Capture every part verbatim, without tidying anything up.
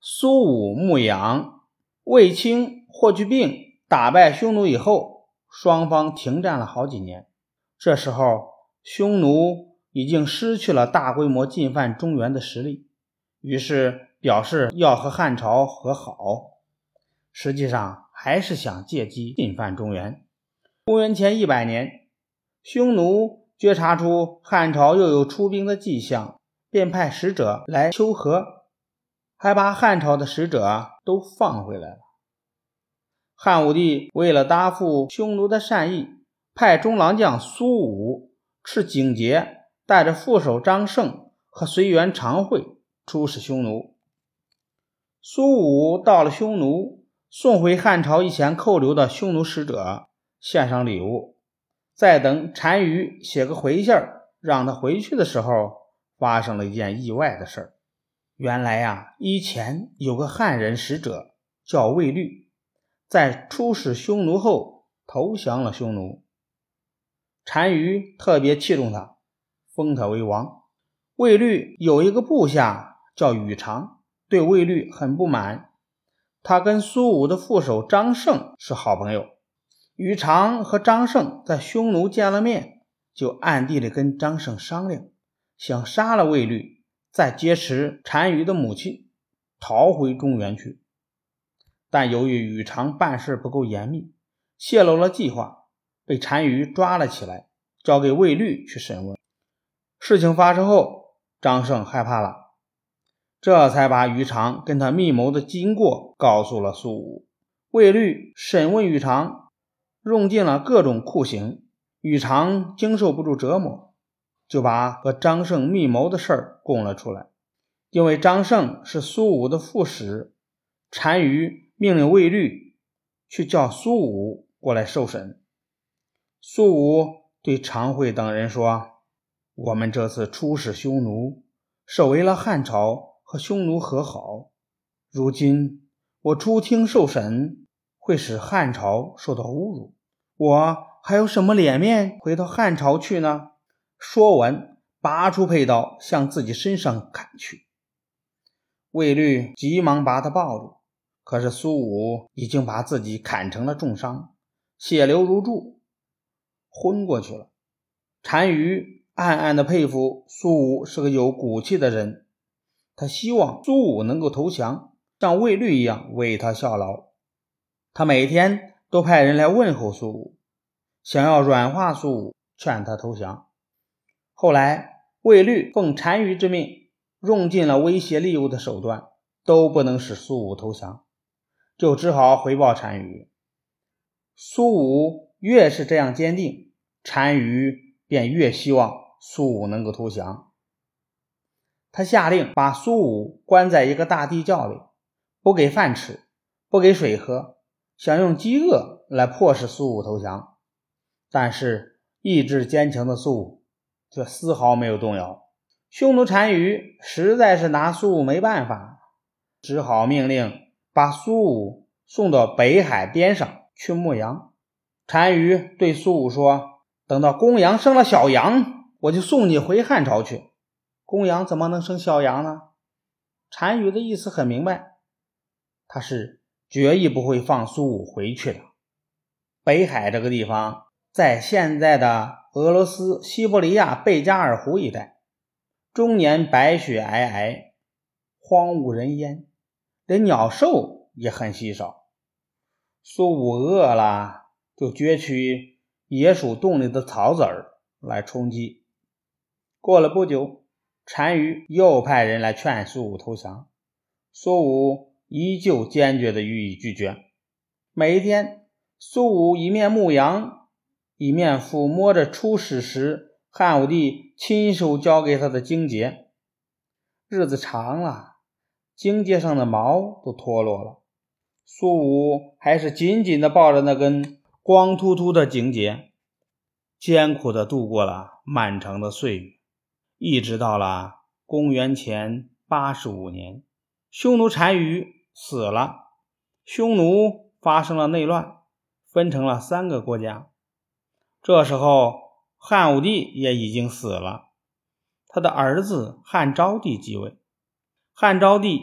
苏武、牧羊、卫青、霍去病打败匈奴以后，双方停战了好几年。这时候匈奴已经失去了大规模进犯中原的实力，于是表示要和汉朝和好，实际上还是想借机进犯中原。公元前一百年，匈奴觉察出汉朝又有出兵的迹象，便派使者来求和，还把汉朝的使者都放回来了。汉武帝为了答复匈奴的善意，派中郎将苏武斥景节带着副手张胜和随员常惠出使匈奴。苏武到了匈奴，送回汉朝以前扣留的匈奴使者，献上礼物，再等单于写个回信让他回去的时候，发生了一件意外的事儿。原来啊，以前有个汉人使者叫卫律，在出使匈奴后投降了匈奴。单于特别器重他，封他为王。卫律有一个部下叫宇常，对卫律很不满。他跟苏武的副手张胜是好朋友，宇常和张胜在匈奴见了面，就暗地里跟张胜商量，想杀了卫律，再劫持单于的母亲，逃回中原去。但由于宇常办事不够严密，泄露了计划，被单于抓了起来，交给卫律去审问。事情发生后，张胜害怕了，这才把宇常跟他密谋的经过告诉了苏武。卫律审问宇常，用尽了各种酷刑，宇常经受不住折磨，就把和张胜密谋的事儿供了出来。因为张胜是苏武的副使，单于命令卫律去叫苏武过来受审。苏武对常惠等人说，我们这次出使匈奴，是为了汉朝和匈奴和好，如今我出庭受审，会使汉朝受到侮辱，我还有什么脸面回到汉朝去呢？说完，拔出佩刀向自己身上砍去。卫律急忙把他抱住，可是苏武已经把自己砍成了重伤，血流如注，昏过去了。单于暗暗地佩服苏武是个有骨气的人，他希望苏武能够投降，像卫律一样为他效劳。他每天都派人来问候苏武，想要软化苏武，劝他投降。后来卫律奉单于之命，用尽了威胁利诱的手段，都不能使苏武投降，就只好回报单于。苏武越是这样坚定，单于便越希望苏武能够投降。他下令把苏武关在一个大地窖里，不给饭吃，不给水喝，想用饥饿来迫使苏武投降。但是意志坚强的苏武却丝毫没有动摇。匈奴单于实在是拿苏武没办法，只好命令把苏武送到北海边上去牧羊。单于对苏武说，等到公羊生了小羊，我就送你回汉朝去。公羊怎么能生小羊呢？单于的意思很明白，他是决意不会放苏武回去的。北海这个地方在现在的俄罗斯西伯利亚贝加尔湖一带，终年白雪皑皑，荒无人烟，连鸟兽也很稀少。苏武饿了，就攫取野鼠洞里的草籽儿来充饥。过了不久，单于又派人来劝苏武投降，苏武依旧坚决地予以拒绝。每一天，苏武一面牧羊，一面抚摸着出使时汉武帝亲手交给他的荆节。日子长了，荆节上的毛都脱落了，苏武还是紧紧地抱着那根光秃秃的荆节，艰苦地度过了漫长的岁月，一直到了公元前八十五年，匈奴单于死了，匈奴发生了内乱，分成了三个国家。这时候汉武帝也已经死了，他的儿子汉昭帝继位。汉昭帝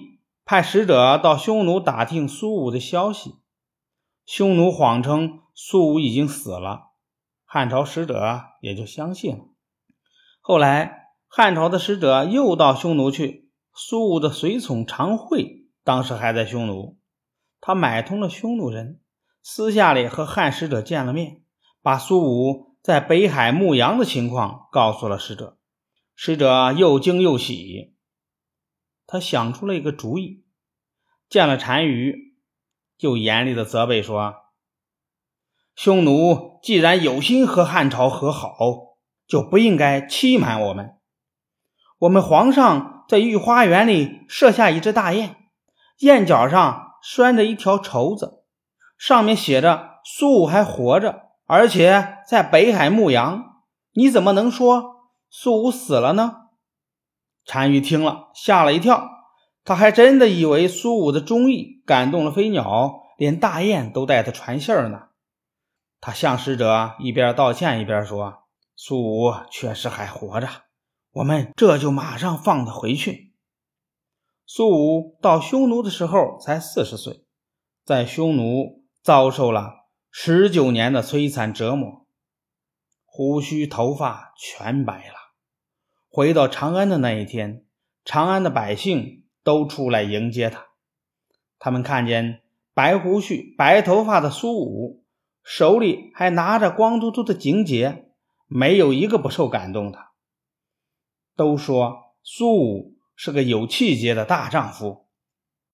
派使者到匈奴打听苏武的消息。匈奴谎称苏武已经死了，汉朝使者也就相信了。后来汉朝的使者又到匈奴去，苏武的随从常惠当时还在匈奴，他买通了匈奴人，私下里和汉使者见了面，把苏武在北海牧羊的情况告诉了使者。使者又惊又喜，他想出了一个主意，见了单于，就严厉地责备说，匈奴既然有心和汉朝和好，就不应该欺瞒我们。我们皇上在御花园里设下一只大雁，雁角上拴着一条绸子，上面写着苏武还活着，而且在北海牧羊，你怎么能说苏武死了呢？单于听了吓了一跳，他还真的以为苏武的忠义感动了飞鸟，连大雁都带他传信儿呢。他向使者一边道歉一边说，苏武确实还活着，我们这就马上放他回去。苏武到匈奴的时候才四十岁，在匈奴遭受了十九年的摧残折磨，胡须头发全白了。回到长安的那一天，长安的百姓都出来迎接他。他们看见白胡须白头发的苏武，手里还拿着光秃秃的荆棘，没有一个不受感动的。都说苏武是个有气节的大丈夫。